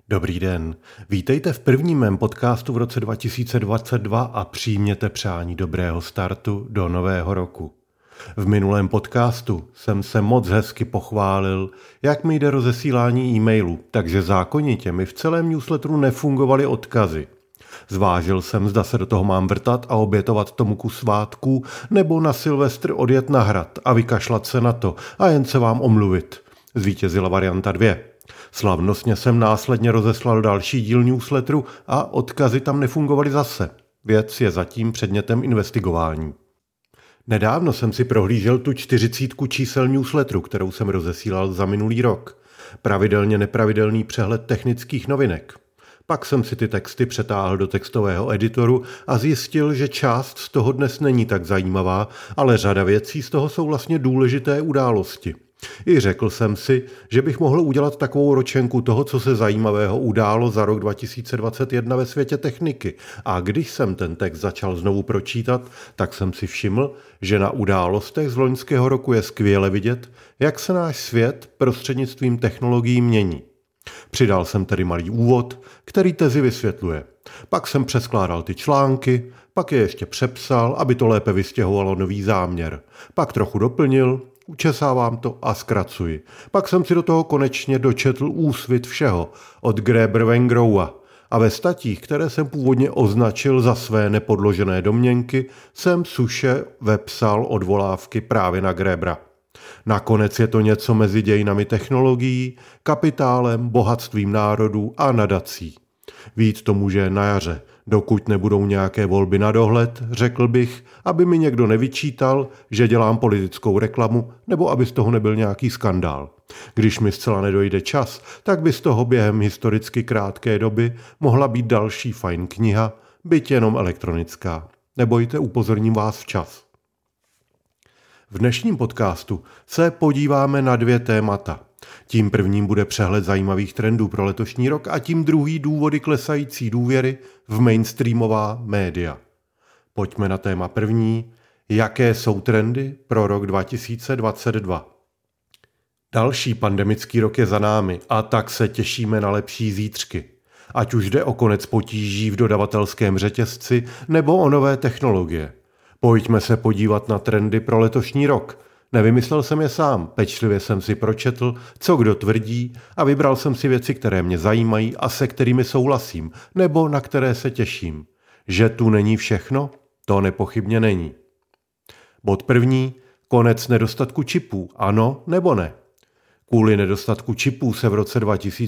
Dobrý den. Vítejte v prvním mém podcastu v roce 2022 a přijměte přání dobrého startu do nového roku. V minulém podcastu jsem se moc hezky pochválil, jak mi jde rozesílání e-mailů, takže zákonitě mi v celém newsletteru nefungovaly odkazy. Zvážil jsem, zda se do toho mám vrtat a obětovat tomu kus svátků, nebo na Silvestr odjet na hrad a vykašlat se na to a jen se vám omluvit. Zvítězila varianta 2. Slavnostně jsem následně rozeslal další díl newsletteru a odkazy tam nefungovaly zase. Věc je zatím předmětem investigování. Nedávno jsem si prohlížel tu 40 čísel newsletteru, kterou jsem rozesílal za minulý rok. Pravidelně nepravidelný přehled technických novinek. Pak jsem si ty texty přetáhl do textového editoru a zjistil, že část z toho dnes není tak zajímavá, ale řada věcí z toho jsou vlastně důležité události. I řekl jsem si, že bych mohl udělat takovou ročenku toho, co se zajímavého událo za rok 2021 ve světě techniky. A když jsem ten text začal znovu pročítat, tak jsem si všiml, že na událostech z loňského roku je skvěle vidět, jak se náš svět prostřednictvím technologií mění. Přidal jsem tedy malý úvod, který tezi vysvětluje. Pak jsem přeskládal ty články, pak je ještě přepsal, aby to lépe vystěhovalo nový záměr. Pak trochu doplnil, učesávám to a zkracuji. Pak jsem si do toho konečně dočetl úsvit všeho od Graeber-Wengrowa a ve statích, které jsem původně označil za své nepodložené domněnky, jsem suše vepsal odvolávky právě na Graebera. Nakonec je to něco mezi dějinami technologií, kapitálem, bohatstvím národů a nadací. Vít to může na jaře, dokud nebudou nějaké volby na dohled, řekl bych, aby mi někdo nevyčítal, že dělám politickou reklamu, nebo aby z toho nebyl nějaký skandál. Když mi zcela nedojde čas, tak by z toho během historicky krátké doby mohla být další fajn kniha, byť jenom elektronická. Nebojte, upozorním vás včas. V dnešním podcastu se podíváme na 2 témata. Tím prvním bude přehled zajímavých trendů pro letošní rok a tím druhý důvody klesající důvěry v mainstreamová média. Pojďme na téma první. Jaké jsou trendy pro rok 2022? Další pandemický rok je za námi a tak se těšíme na lepší zítřky. Ať už jde o konec potíží v dodavatelském řetězci nebo o nové technologie. Pojďme se podívat na trendy pro letošní rok. Nevymyslel jsem je sám, pečlivě jsem si pročetl, co kdo tvrdí a vybral jsem si věci, které mě zajímají a se kterými souhlasím, nebo na které se těším. Že tu není všechno? To nepochybně není. Bod první. Konec nedostatku čipů. Ano nebo ne? Kvůli nedostatku čipů se v roce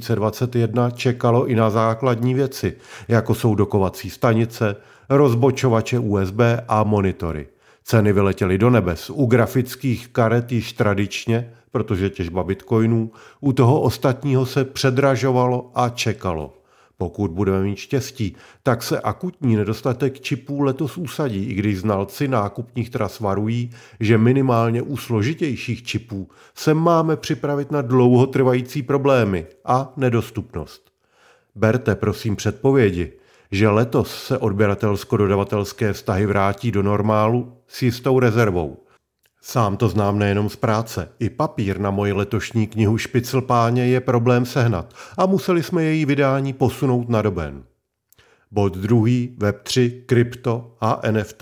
2021 čekalo i na základní věci, jako jsou dokovací stanice, rozbočovače USB a monitory. Ceny vyletěly do nebes. U grafických karet již tradičně, protože těžba bitcoinů, u toho ostatního se předražovalo a čekalo. Pokud budeme mít štěstí, tak se akutní nedostatek čipů letos usadí, i když znalci nákupních tras varují, že minimálně u složitějších čipů se máme připravit na dlouhotrvající problémy a nedostupnost. Berte prosím předpovědi, že letos se odběratelsko-dodavatelské vztahy vrátí do normálu s jistou rezervou. Sám to znám nejenom z práce. I papír na moji letošní knihu Špiclpáně je problém sehnat a museli jsme její vydání posunout na doben. Bod druhý, Web3, krypto a NFT.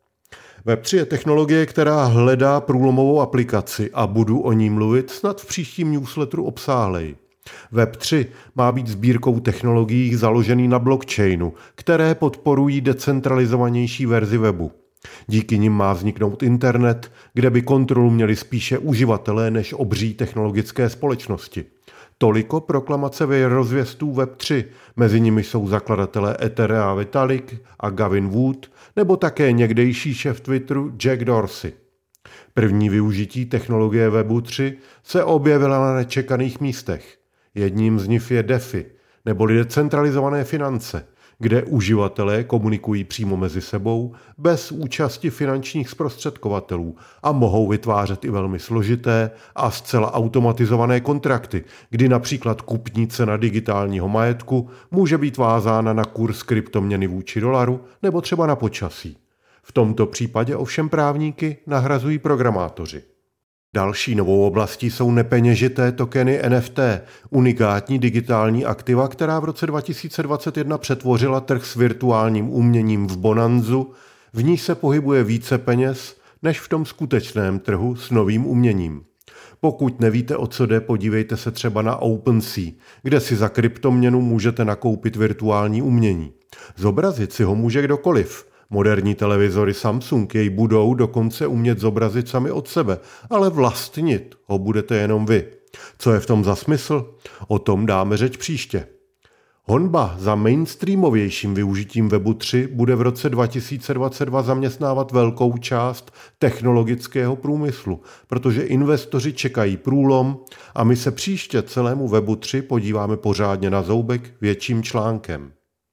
Web3 je technologie, která hledá průlomovou aplikaci a budu o ní mluvit snad v příštím newsletteru obsáhleji. Web3 má být sbírkou technologií založený na blockchainu, které podporují decentralizovanější verzi webu. Díky nim má vzniknout internet, kde by kontrolu měli spíše uživatelé než obří technologické společnosti. Toliko proklamace rozvěstů Web3, mezi nimi jsou zakladatelé Ethera Vitalik a Gavin Wood, nebo také někdejší šéf Twitteru Jack Dorsey. První využití technologie Webu 3 se objevila na nečekaných místech. Jedním z nich je DeFi, neboli decentralizované finance, kde uživatelé komunikují přímo mezi sebou bez účasti finančních zprostředkovatelů a mohou vytvářet i velmi složité a zcela automatizované kontrakty, kdy například kupní cena digitálního majetku může být vázána na kurz kryptoměny vůči dolaru nebo třeba na počasí. V tomto případě ovšem právníky nahrazují programátoři. Další novou oblastí jsou nepeněžité tokeny NFT, unikátní digitální aktiva, která v roce 2021 přetvořila trh s virtuálním uměním v bonanzu, v níž se pohybuje více peněz než v tom skutečném trhu s novým uměním. Pokud nevíte, o co jde, podívejte se třeba na OpenSea, kde si za kryptoměnu můžete nakoupit virtuální umění. Zobrazit si ho může kdokoliv. Moderní televizory Samsung jej budou dokonce umět zobrazit sami od sebe, ale vlastnit ho budete jenom vy. Co je v tom za smysl? O tom dáme řeč příště. Honba za mainstreamovějším využitím Webu 3 bude v roce 2022 zaměstnávat velkou část technologického průmyslu, protože investoři čekají průlom a my se příště celému Webu 3 podíváme pořádně na zoubek větším článkem.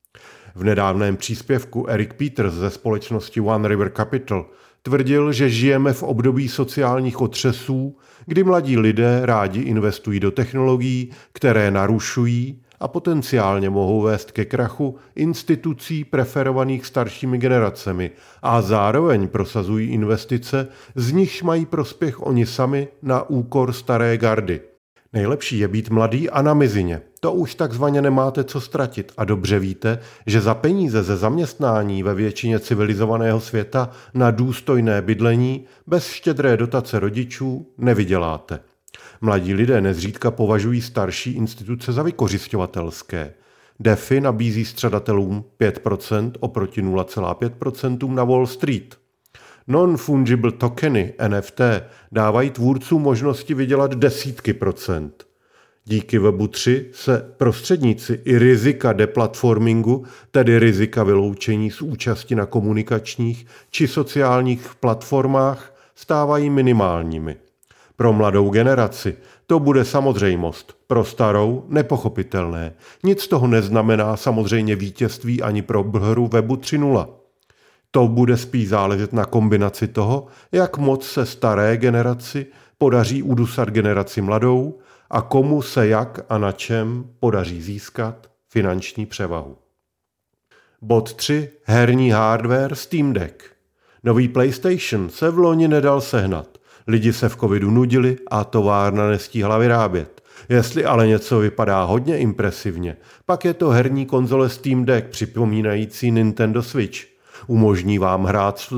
V nedávném příspěvku Eric Peters ze společnosti One River Capital tvrdil, že žijeme v období sociálních otřesů, kdy mladí lidé rádi investují do technologií, které narušují a potenciálně mohou vést ke krachu institucí preferovaných staršími generacemi a zároveň prosazují investice, z nichž mají prospěch oni sami na úkor staré gardy. Nejlepší je být mladý a na mizině. To už takzvaně nemáte co ztratit a dobře víte, že za peníze ze zaměstnání ve většině civilizovaného světa na důstojné bydlení bez štědré dotace rodičů nevyděláte. Mladí lidé nezřídka považují starší instituce za vykořisťovatelské. DeFi nabízí střadatelům 5% oproti 0,5% na Wall Street. Non-fungible tokeny NFT dávají tvůrcům možnosti vydělat desítky procent. Díky Webu 3 se prostředníci i rizika deplatformingu, tedy rizika vyloučení z účasti na komunikačních či sociálních platformách, stávají minimálními. Pro mladou generaci to bude samozřejmost, pro starou nepochopitelné. Nic z toho neznamená samozřejmě vítězství ani pro hru Webu 3.0. To bude spíš záležet na kombinaci toho, jak moc se staré generaci podaří udusat generaci mladou a komu se jak a na čem podaří získat finanční převahu. Bod 3. Herní hardware Steam Deck. Nový PlayStation se v loni nedal sehnat. Lidi se v covidu nudili a továrna nestíhla vyrábět. Jestli ale něco vypadá hodně impresivně, pak je to herní konzole Steam Deck připomínající Nintendo Switch. Umožní vám hrát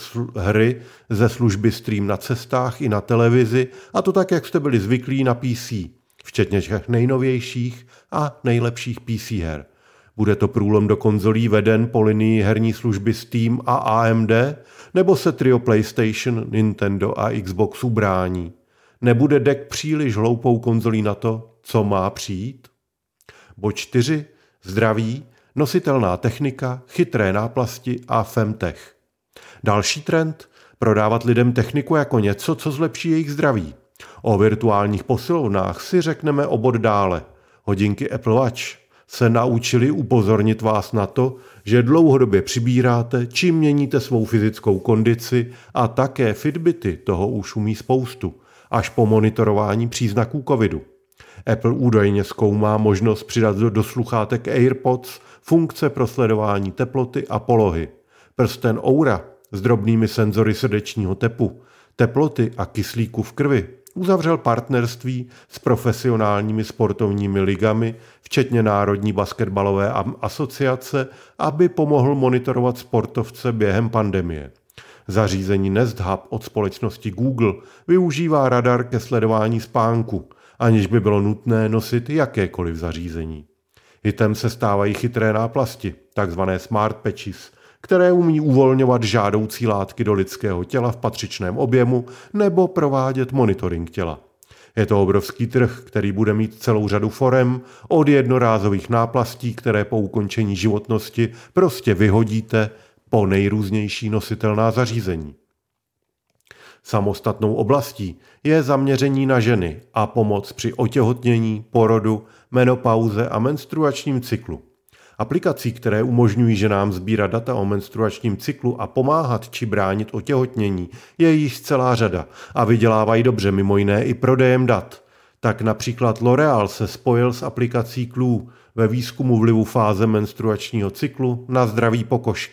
hry ze služby Stream na cestách i na televizi, a to tak, jak jste byli zvyklí na PC, včetně těch nejnovějších a nejlepších PC her. Bude to průlom do konzolí veden po linii herní služby Steam a AMD, nebo se trio PlayStation, Nintendo a Xboxu brání? Nebude deck příliš hloupou konzolí na to, co má přijít? Bod 4. Zdraví, nositelná technika, chytré náplasti a femtech. Další trend? Prodávat lidem techniku jako něco, co zlepší jejich zdraví. O virtuálních posilovnách si řekneme o bod dále. Hodinky Apple Watch se naučili upozornit vás na to, že dlouhodobě přibíráte, či měníte svou fyzickou kondici, a také Fitbity toho už umí spoustu, až po monitorování příznaků covidu. Apple údajně zkoumá možnost přidat do sluchátek AirPods funkce pro sledování teploty a polohy. Prsten Oura s drobnými senzory srdečního tepu, teploty a kyslíku v krvi uzavřel partnerství s profesionálními sportovními ligami, včetně Národní basketbalové asociace, aby pomohl monitorovat sportovce během pandemie. Zařízení Nest Hub od společnosti Google využívá radar ke sledování spánku, aniž by bylo nutné nosit jakékoliv zařízení. Hitem se stávají chytré náplasti, takzvané smart patches, které umí uvolňovat žádoucí látky do lidského těla v patřičném objemu nebo provádět monitoring těla. Je to obrovský trh, který bude mít celou řadu forem, od jednorázových náplastí, které po ukončení životnosti prostě vyhodíte, po nejrůznější nositelná zařízení. Samostatnou oblastí je zaměření na ženy a pomoc při otěhotnění, porodu, menopauze a menstruačním cyklu. Aplikací, které umožňují ženám sbírat data o menstruačním cyklu a pomáhat či bránit otěhotnění, je již celá řada a vydělávají dobře, mimo jiné i prodejem dat. Tak například L'Oréal se spojil s aplikací Clue ve výzkumu vlivu fáze menstruačního cyklu na zdraví pokožky.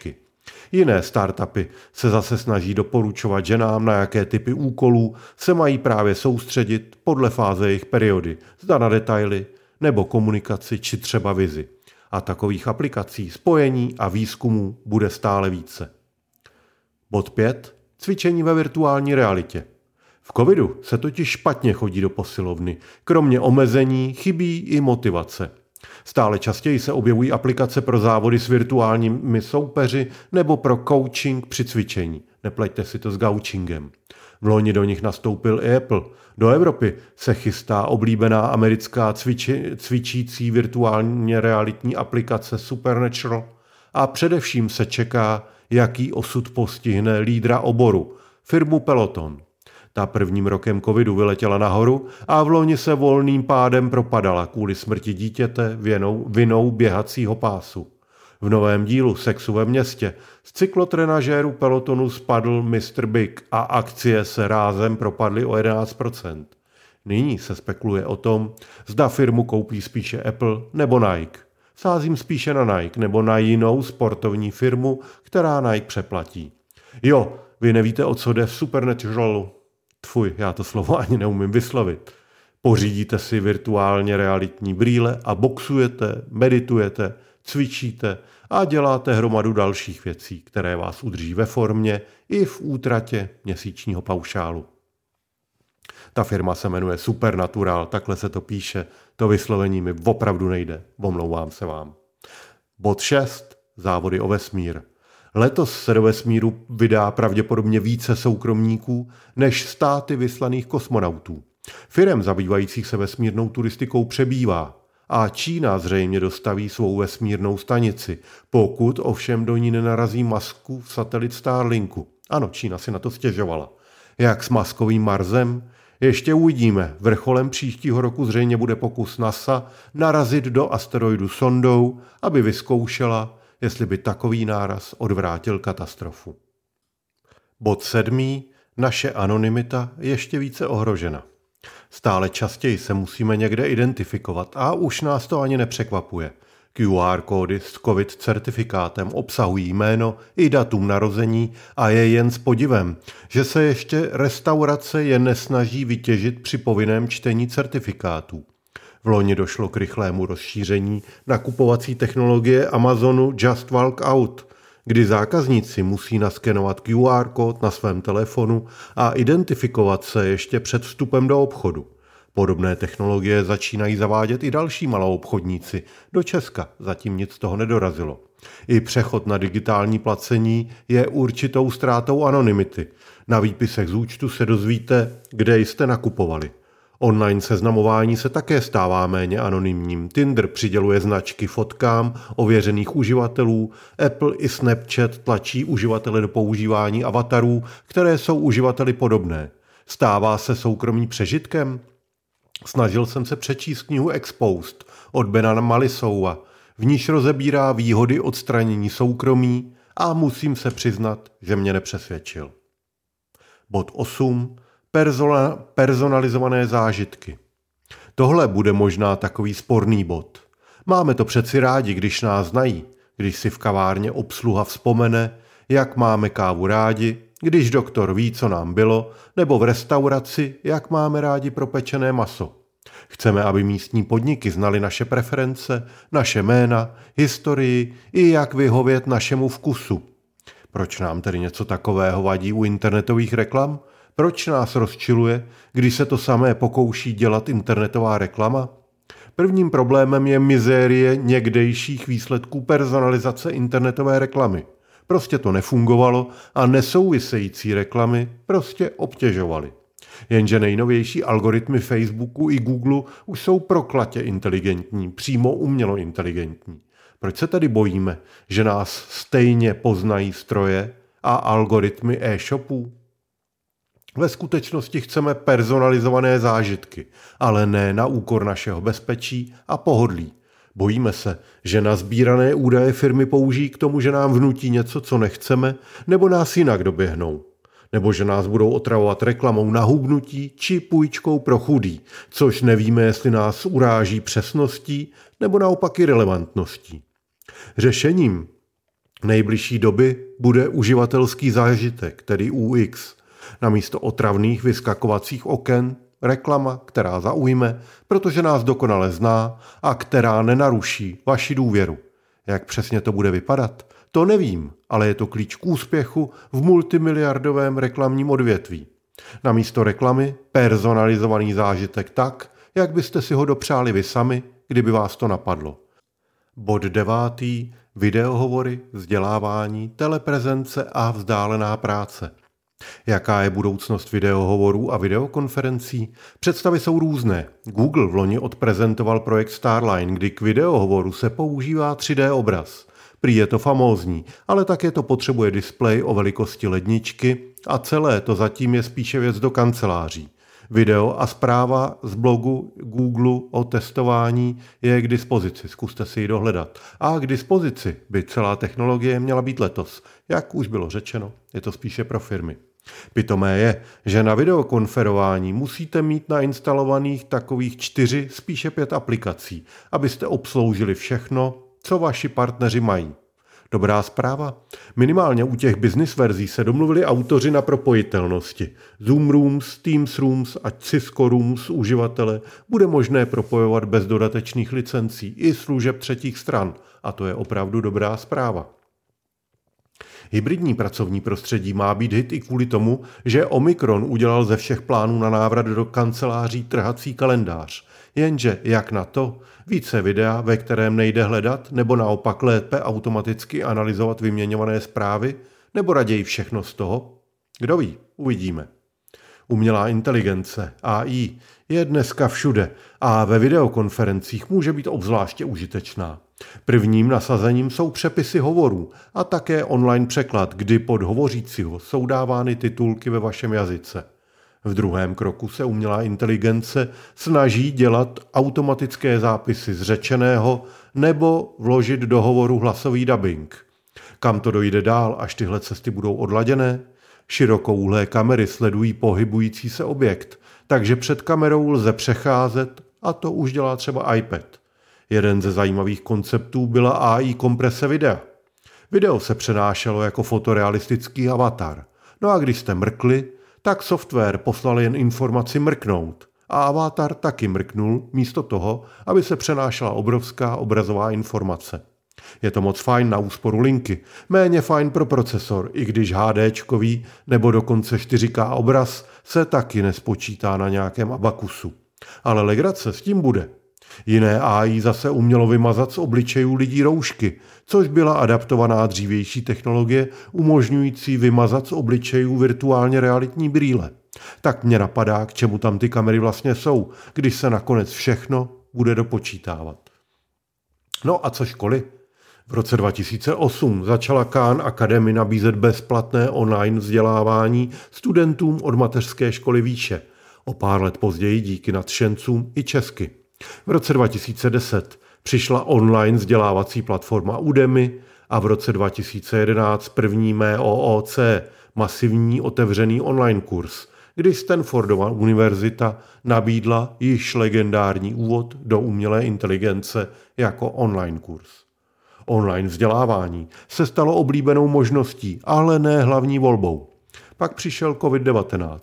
Jiné startupy se zase snaží doporučovat ženám, na jaké typy úkolů se mají právě soustředit podle fáze jejich periody, zda na detaily nebo komunikaci či třeba vizi. A takových aplikací, spojení a výzkumů bude stále více. Bod 5. Cvičení ve virtuální realitě. V covidu se totiž špatně chodí do posilovny. Kromě omezení chybí i motivace. Stále častěji se objevují aplikace pro závody s virtuálními soupeři nebo pro coaching při cvičení. Nepleťte si to s gauchingem. V loni do nich nastoupil i Apple. Do Evropy se chystá oblíbená americká cvičící virtuálně realitní aplikace Supernatural a především se čeká, jaký osud postihne lídra oboru, firmu Peloton. Ta prvním rokem covidu vyletěla nahoru a v loni se volným pádem propadala kvůli smrti dítěte vinou běhacího pásu. V novém dílu Sexu ve městě z cyklotrenažéru Pelotonu spadl Mr. Big a akcie se rázem propadly o 11%. Nyní se spekuluje o tom, zda firmu koupí spíše Apple nebo Nike. Sázím spíše na Nike nebo na jinou sportovní firmu, která Nike přeplatí. Jo, vy nevíte, o co jde v Supernaturalu. Tfuj, já to slovo ani neumím vyslovit. Pořídíte si virtuálně realitní brýle a boxujete, meditujete, cvičíte a děláte hromadu dalších věcí, které vás udrží ve formě i v útratě měsíčního paušálu. Ta firma se jmenuje Supernatural, takhle se to píše, to vyslovení mi opravdu nejde, omlouvám se vám. Bod 6. Závody o vesmír. Letos se do vesmíru vydá pravděpodobně více soukromníků než státy vyslaných kosmonautů. Firem zabývajících se vesmírnou turistikou přebývá a Čína zřejmě dostaví svou vesmírnou stanici, pokud ovšem do ní nenarazí Muskův satelit Starlinku. Ano, Čína si na to stěžovala. Jak s Muskovým Marsem? Ještě uvidíme. Vrcholem příštího roku zřejmě bude pokus NASA narazit do asteroidu sondou, aby vyzkoušela, jestli by takový náraz odvrátil katastrofu. Bod 7. Naše anonymita ještě více ohrožena. Stále častěji se musíme někde identifikovat a už nás to ani nepřekvapuje. QR kódy s COVID certifikátem obsahují jméno i datum narození a je jen s podivem, že se ještě restaurace je nesnaží vytěžit při povinném čtení certifikátů. V loni došlo k rychlému rozšíření nakupovací technologie Amazonu Just Walk Out, kdy zákazníci musí naskenovat QR kód na svém telefonu a identifikovat se ještě před vstupem do obchodu. Podobné technologie začínají zavádět i další maloobchodníci. Do Česka zatím nic z toho nedorazilo. I přechod na digitální placení je určitou ztrátou anonymity. Na výpisech z účtu se dozvíte, kde jste nakupovali. Online seznamování se také stává méně anonymním. Tinder přiděluje značky fotkám ověřených uživatelů, Apple i Snapchat tlačí uživatele do používání avatarů, které jsou uživateli podobné. Stává se soukromí přežitkem? Snažil jsem se přečíst knihu Exposed od Bena Malisoua, v níž rozebírá výhody odstranění soukromí a musím se přiznat, že mě nepřesvědčil. Bod 8. Personalizované zážitky. Tohle bude možná takový sporný bod. Máme to přeci rádi, když nás znají, když si v kavárně obsluha vzpomene, jak máme kávu rádi, když doktor ví, co nám bylo, nebo v restauraci, jak máme rádi propečené maso. Chceme, aby místní podniky znaly naše preference, naše jména, historii i jak vyhovět našemu vkusu. Proč nám tedy něco takového vadí u internetových reklam? Proč nás rozčiluje, když se to samé pokouší dělat internetová reklama? Prvním problémem je mizérie někdejších výsledků personalizace internetové reklamy. Prostě to nefungovalo a nesouvisející reklamy prostě obtěžovaly. Jenže nejnovější algoritmy Facebooku i Google už jsou proklatě inteligentní, přímo umělo inteligentní. Proč se tedy bojíme, že nás stejně poznají stroje a algoritmy e-shopů? Ve skutečnosti chceme personalizované zážitky, ale ne na úkor našeho bezpečí a pohodlí. Bojíme se, že nasbírané údaje firmy použijí k tomu, že nám vnutí něco, co nechceme, nebo nás jinak doběhnou. Nebo že nás budou otravovat reklamou na hubnutí či půjčkou pro chudý, což nevíme, jestli nás uráží přesností nebo naopak i relevantností. Řešením V nejbližší doby bude uživatelský zážitek, tedy UX. Namísto otravných vyskakovacích oken reklama, která zaujme, protože nás dokonale zná a která nenaruší vaši důvěru. Jak přesně to bude vypadat? To nevím, ale je to klíč k úspěchu v multimiliardovém reklamním odvětví. Namísto reklamy personalizovaný zážitek tak, jak byste si ho dopřáli vy sami, kdyby vás to napadlo. Bod 9. Videohovory, vzdělávání, teleprezence a vzdálená práce. Jaká je budoucnost videohovorů a videokonferencí? Představy jsou různé. Google vloni odprezentoval projekt Starline, kdy k videohovoru se používá 3D obraz. Prý je to famózní, ale také to potřebuje displej o velikosti ledničky a celé to zatím je spíše věc do kanceláří. Video a zpráva z blogu Google o testování je k dispozici, zkuste si ji dohledat. A k dispozici by celá technologie měla být letos. Jak už bylo řečeno, je to spíše pro firmy. Pitomé je, že na videokonferování musíte mít nainstalovaných takových 4, spíše 5 aplikací, abyste obsloužili všechno, co vaši partneři mají. Dobrá zpráva? Minimálně u těch business verzí se domluvili autoři na propojitelnosti. Zoom Rooms, Teams Rooms a Cisco Rooms uživatele bude možné propojovat bez dodatečných licencí i služeb třetích stran. A to je opravdu dobrá zpráva. Hybridní pracovní prostředí má být hit i kvůli tomu, že Omikron udělal ze všech plánů na návrat do kanceláří trhací kalendář. Jenže jak na to? Více videa, ve kterém nejde hledat, nebo naopak lépe automaticky analyzovat vyměňované zprávy, nebo raději všechno z toho? Kdo ví, uvidíme. Umělá inteligence, AI, je dneska všude a ve videokonferencích může být obzvláště užitečná. Prvním nasazením jsou přepisy hovorů a také online překlad, kdy pod hovořícího jsou dávány titulky ve vašem jazyce. V druhém kroku se umělá inteligence snaží dělat automatické zápisy z řečeného nebo vložit do hovoru hlasový dabing. Kam to dojde dál, až tyhle cesty budou odladěné? Širokouhlé kamery sledují pohybující se objekt, takže před kamerou lze přecházet a to už dělá třeba iPad. Jeden ze zajímavých konceptů byla AI komprese videa. Video se přenášelo jako fotorealistický avatar. No a když jste mrkli, tak software poslal jen informaci mrknout a avatar taky mrknul místo toho, aby se přenášela obrovská obrazová informace. Je to moc fajn na úsporu linky, méně fajn pro procesor, i když HDčkový nebo dokonce 4K obraz se taky nespočítá na nějakém abakusu. Ale legrace s tím bude. Jiné AI zase umělo vymazat z obličejů lidí roušky, což byla adaptovaná dřívější technologie umožňující vymazat z obličejů virtuálně realitní brýle. Tak mě napadá, k čemu tam ty kamery vlastně jsou, když se nakonec všechno bude dopočítávat. No a co školy? V roce 2008 začala Khan Academy nabízet bezplatné online vzdělávání studentům od mateřské školy výše. O pár let později díky nadšencům i česky. V roce 2010 přišla online vzdělávací platforma Udemy a v roce 2011 první MOOC, masivní otevřený online kurz, kdy Stanfordova univerzita nabídla již legendární úvod do umělé inteligence jako online kurz. Online vzdělávání se stalo oblíbenou možností, ale ne hlavní volbou. Pak přišel COVID-19.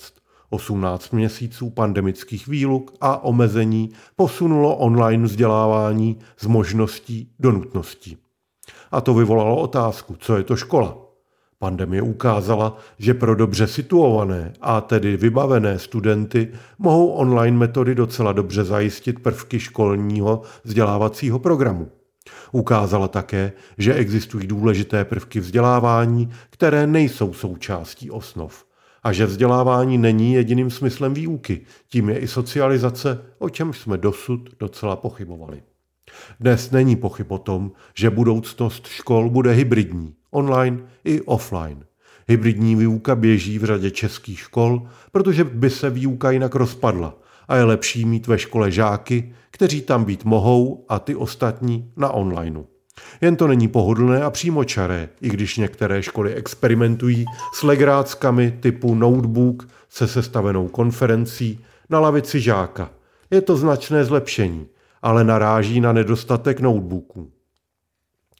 18 měsíců pandemických výluk a omezení posunulo online vzdělávání z možností do nutností. A to vyvolalo otázku, co je to škola. Pandemie ukázala, že pro dobře situované a tedy vybavené studenty mohou online metody docela dobře zajistit prvky školního vzdělávacího programu. Ukázala také, že existují důležité prvky vzdělávání, které nejsou součástí osnov. A že vzdělávání není jediným smyslem výuky, tím je i socializace, o čemž jsme dosud docela pochybovali. Dnes není pochyb o tom, že budoucnost škol bude hybridní, online i offline. Hybridní výuka běží v řadě českých škol, protože by se výuka jinak rozpadla a je lepší mít ve škole žáky, kteří tam být mohou a ty ostatní na onlineu. Jen to není pohodlné a přímočaré, i když některé školy experimentují s legráckami typu notebook se sestavenou konferencí na lavici žáka. Je to značné zlepšení, ale naráží na nedostatek notebooků.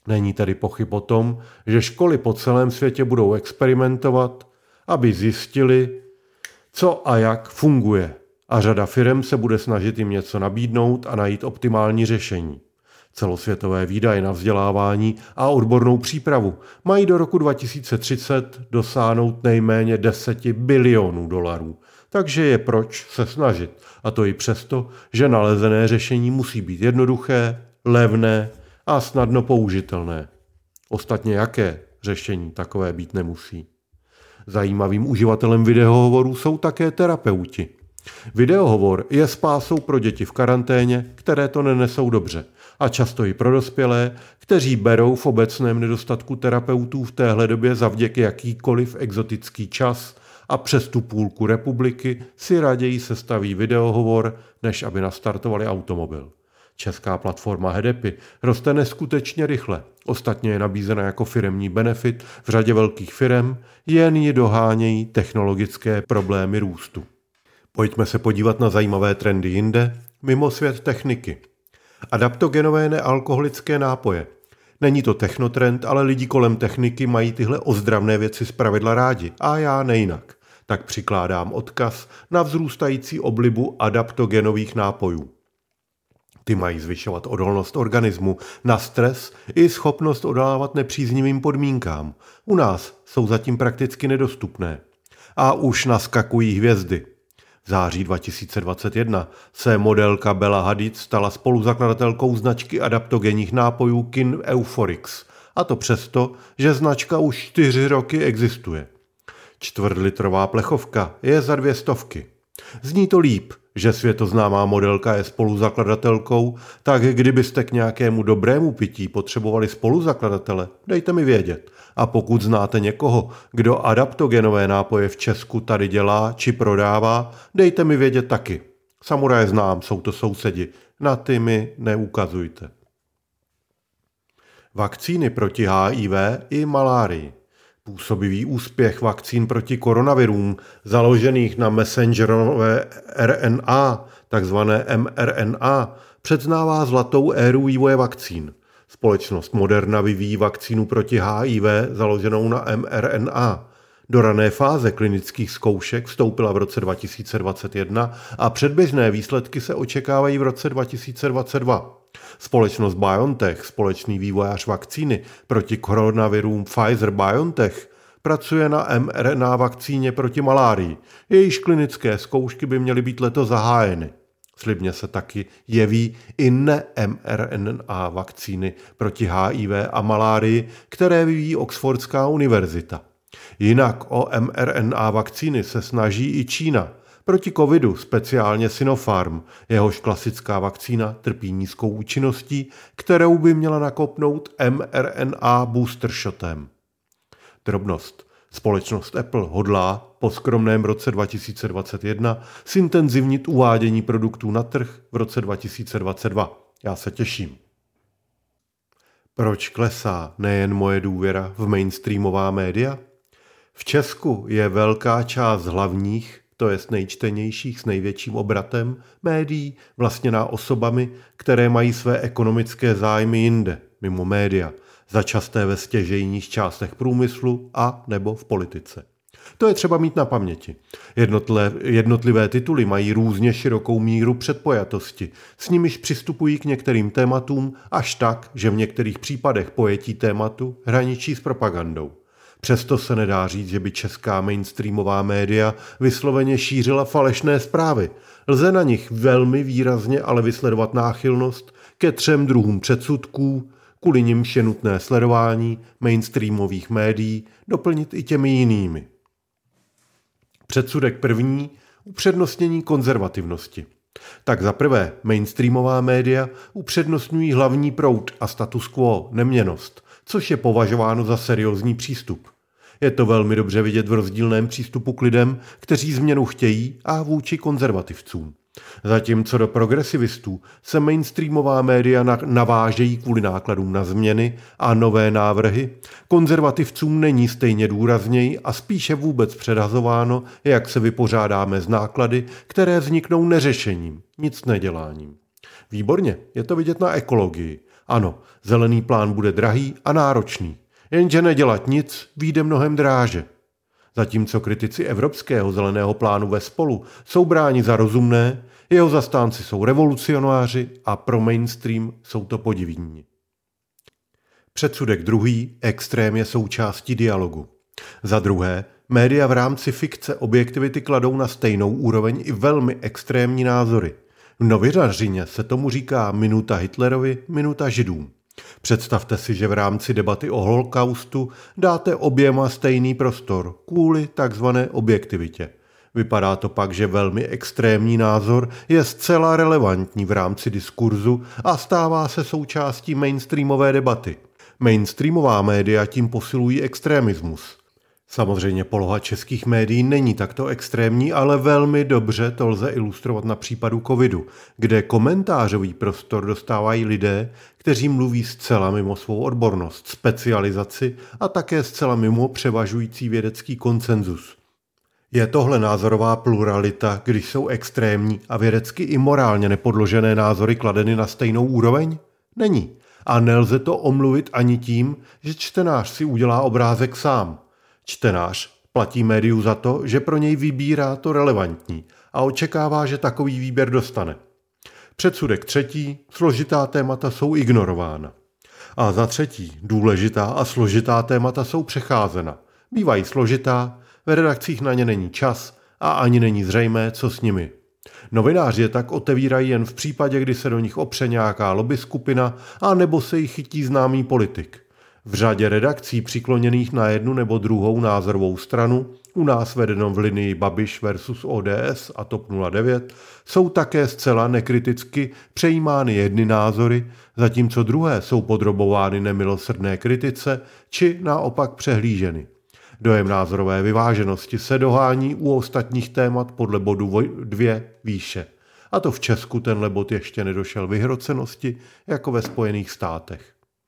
Není tedy pochyb o tom, že školy po celém světě budou experimentovat, aby zjistili, co a jak funguje. A řada firem se bude snažit jim něco nabídnout a najít optimální řešení. Celosvětové výdaje na vzdělávání a odbornou přípravu mají do roku 2030 dosáhnout nejméně 10 bilionů dolarů. Takže je proč se snažit. A to i přesto, že nalezené řešení musí být jednoduché, levné a snadno použitelné. Ostatně jaké řešení takové být nemusí. Zajímavým uživatelem videohovorů jsou také terapeuti. Videohovor je spásou pro děti v karanténě, které to nenesou dobře, a často i pro dospělé, kteří berou v obecném nedostatku terapeutů v téhle době zavděk jakýkoliv exotický čas a přes tu půlku republiky si raději sestaví videohovor, než aby nastartovali automobil. Česká platforma Hedepy roste neskutečně rychle. Ostatně je nabízena jako firemní benefit v řadě velkých firem, jen ji dohánějí technologické problémy růstu. Pojďme se podívat na zajímavé trendy jinde, mimo svět techniky. Adaptogenové nealkoholické nápoje. Není to technotrend, ale lidi kolem techniky mají tyhle ozdravné věci zpravidla rádi a já nejinak. Tak přikládám odkaz na vzrůstající oblibu adaptogenových nápojů. Ty mají zvyšovat odolnost organismu na stres i schopnost odolávat nepříznivým podmínkám. U nás jsou zatím prakticky nedostupné. A už naskakují hvězdy. V září 2021 se modelka Bella Hadid stala spoluzakladatelkou značky adaptogenních nápojů Kin Euphorix. A to přesto, že značka už 4 roky existuje. 4litrová plechovka je za 200. Zní to líp, že světoznámá modelka je spoluzakladatelkou, tak kdybyste k nějakému dobrému pití potřebovali spoluzakladatele, dejte mi vědět. A pokud znáte někoho, kdo adaptogenové nápoje v Česku tady dělá či prodává, dejte mi vědět taky. Samuraje znám, jsou to sousedi, na ty mi neukazujte. Vakcíny proti HIV i malárii. Působivý úspěch vakcín proti koronavirům založených na messengerové RNA, takzvané mRNA, předznává zlatou éru vývoje vakcín. Společnost Moderna vyvíjí vakcínu proti HIV založenou na mRNA. Do rané fáze klinických zkoušek vstoupila v roce 2021 a předběžné výsledky se očekávají v roce 2022. Společnost BioNTech, společný vývojář vakcíny proti koronavirům Pfizer-BioNTech, pracuje na mRNA vakcíně proti malárii. Jejíž klinické zkoušky by měly být letos zahájeny. Slibně se taky jeví i ne-mRNA vakcíny proti HIV a malárii, které vyvíjí Oxfordská univerzita. Jinak o mRNA vakcíny se snaží i Čína. Proti covidu speciálně Sinopharm, jehož klasická vakcína trpí nízkou účinností, kterou by měla nakopnout mRNA booster shotem. Drobnost. Společnost Apple hodlá po skromném roce 2021 zintenzivnit uvádění produktů na trh v roce 2022. Já se těším. Proč klesá nejen moje důvěra v mainstreamová média? V Česku je velká část hlavních, to jest nejčtenějších s největším obratem, médií vlastněná osobami, které mají své ekonomické zájmy jinde, mimo média, začasté ve stěžejních částech průmyslu a nebo v politice. To je třeba mít na paměti. Jednotlivé tituly mají různě širokou míru předpojatosti, s nimiž přistupují k některým tématům až tak, že v některých případech pojetí tématu hraničí s propagandou. Přesto se nedá říct, že by česká mainstreamová média vysloveně šířila falešné zprávy. Lze na nich velmi výrazně ale vysledovat náchylnost ke 3 druhům předsudků, kvůli nimž je nutné sledování mainstreamových médií doplnit i těmi jinými. Předsudek první, upřednostnění konzervativnosti. Tak za prvé, mainstreamová média upřednostňují hlavní proud a status quo, neměnnost, což je považováno za seriózní přístup. Je to velmi dobře vidět v rozdílném přístupu k lidem, kteří změnu chtějí, a vůči konzervativcům. Zatímco do progresivistů se mainstreamová média navážejí kvůli nákladům na změny a nové návrhy, konzervativcům není stejně důrazněji a spíše vůbec předhazováno, jak se vypořádáme s náklady, které vzniknou neřešením, nic neděláním. Výborně, je to vidět na ekologii. Ano, zelený plán bude drahý a náročný, jenže nedělat nic vyjde mnohem dráže. Zatímco kritici Evropského zeleného plánu ve Spolu jsou bráni za rozumné, jeho zastánci jsou revolucionáři a pro mainstream jsou to podivíni. Předsudek druhý, extrém je součástí dialogu. Za druhé, média v rámci fikce objektivity kladou na stejnou úroveň i velmi extrémní názory. V novinařině se tomu říká minuta Hitlerovi, minuta Židům. Představte si, že v rámci debaty o holokaustu dáte oběma stejný prostor kvůli takzvané objektivitě. Vypadá to pak, že velmi extrémní názor je zcela relevantní v rámci diskurzu a stává se součástí mainstreamové debaty. Mainstreamová média tím posilují extremismus. Samozřejmě poloha českých médií není takto extrémní, ale velmi dobře to lze ilustrovat na případu covidu, kde komentářový prostor dostávají lidé, kteří mluví zcela mimo svou odbornost, specializaci a také zcela mimo převažující vědecký konsenzus. Je tohle názorová pluralita, když jsou extrémní a vědecky i morálně nepodložené názory kladeny na stejnou úroveň? Není. A nelze to omluvit ani tím, že čtenář si udělá obrázek sám. Čtenář platí médiu za to, že pro něj vybírá to relevantní a očekává, že takový výběr dostane. Předsudek třetí, složitá témata jsou ignorována. A za třetí, důležitá a složitá témata jsou přecházena. Bývají složitá, v redakcích na ně není čas a ani není zřejmé, co s nimi. Novináři je tak otevírají jen v případě, kdy se do nich opře nějaká lobby skupina a nebo se jich chytí známý politik. V řadě redakcí přikloněných na jednu nebo druhou názorovou stranu, u nás vedeno v linii Babiš versus ODS a TOP 09, jsou také zcela nekriticky přejímány jedny názory, zatímco druhé jsou podrobovány nemilosrdné kritice či naopak přehlíženy. Dojem názorové vyváženosti se dohání u ostatních témat podle bodu 2 výše. A to v Česku tenhle bod ještě nedošel vyhrocenosti jako ve Spojených státech.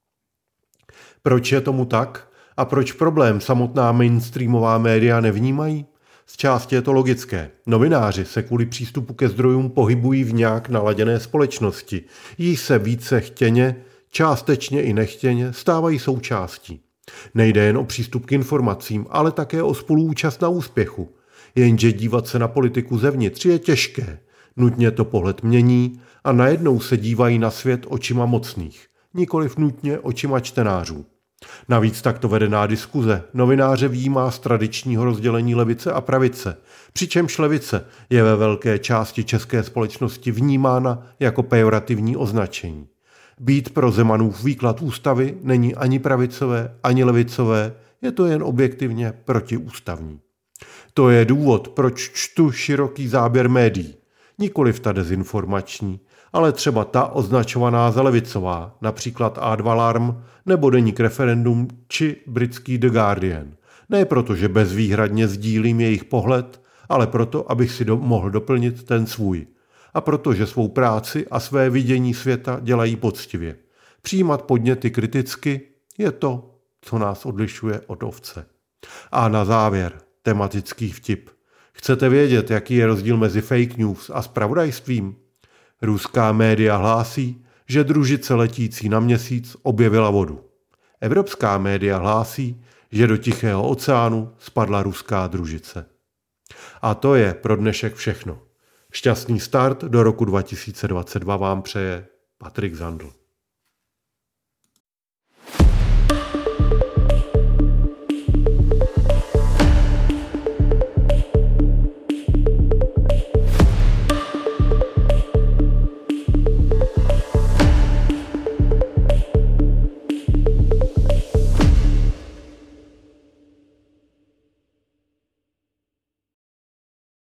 Proč je tomu tak? A proč problém samotná mainstreamová média nevnímají? Z části je to logické. Novináři se kvůli přístupu ke zdrojům pohybují v nějak naladěné společnosti. Jí se více chtěně, částečně i nechtěně stávají součástí. Nejde jen o přístup k informacím, ale také o spoluúčast na úspěchu. Jenže dívat se na politiku zevnitř je těžké. Nutně to pohled mění a najednou se dívají na svět očima mocných, nikoliv nutně očima čtenářů. Navíc takto vedená diskuze novináře vyjímá z tradičního rozdělení levice a pravice, přičemž levice je ve velké části české společnosti vnímána jako pejorativní označení. Být pro Zemanův výklad ústavy není ani pravicové, ani levicové, je to jen objektivně protiústavní. To je důvod, proč čtu široký záběr médií, nikoliv ta dezinformační, ale třeba ta označovaná za levicová, například A2 Alarm nebo deník Referendum či britský The Guardian. Ne proto, že bezvýhradně sdílím jejich pohled, ale proto, abych si mohl doplnit ten svůj. A protože svou práci a své vidění světa dělají poctivě. Přijímat podněty kriticky je to, co nás odlišuje od ovce. A na závěr tematický vtip. Chcete vědět, jaký je rozdíl mezi fake news a zpravodajstvím? Ruská média hlásí, že družice letící na Měsíc objevila vodu. Evropská média hlásí, že do Tichého oceánu spadla ruská družice. A to je pro dnešek všechno. Šťastný start do roku 2022 vám přeje Patrik Zandl.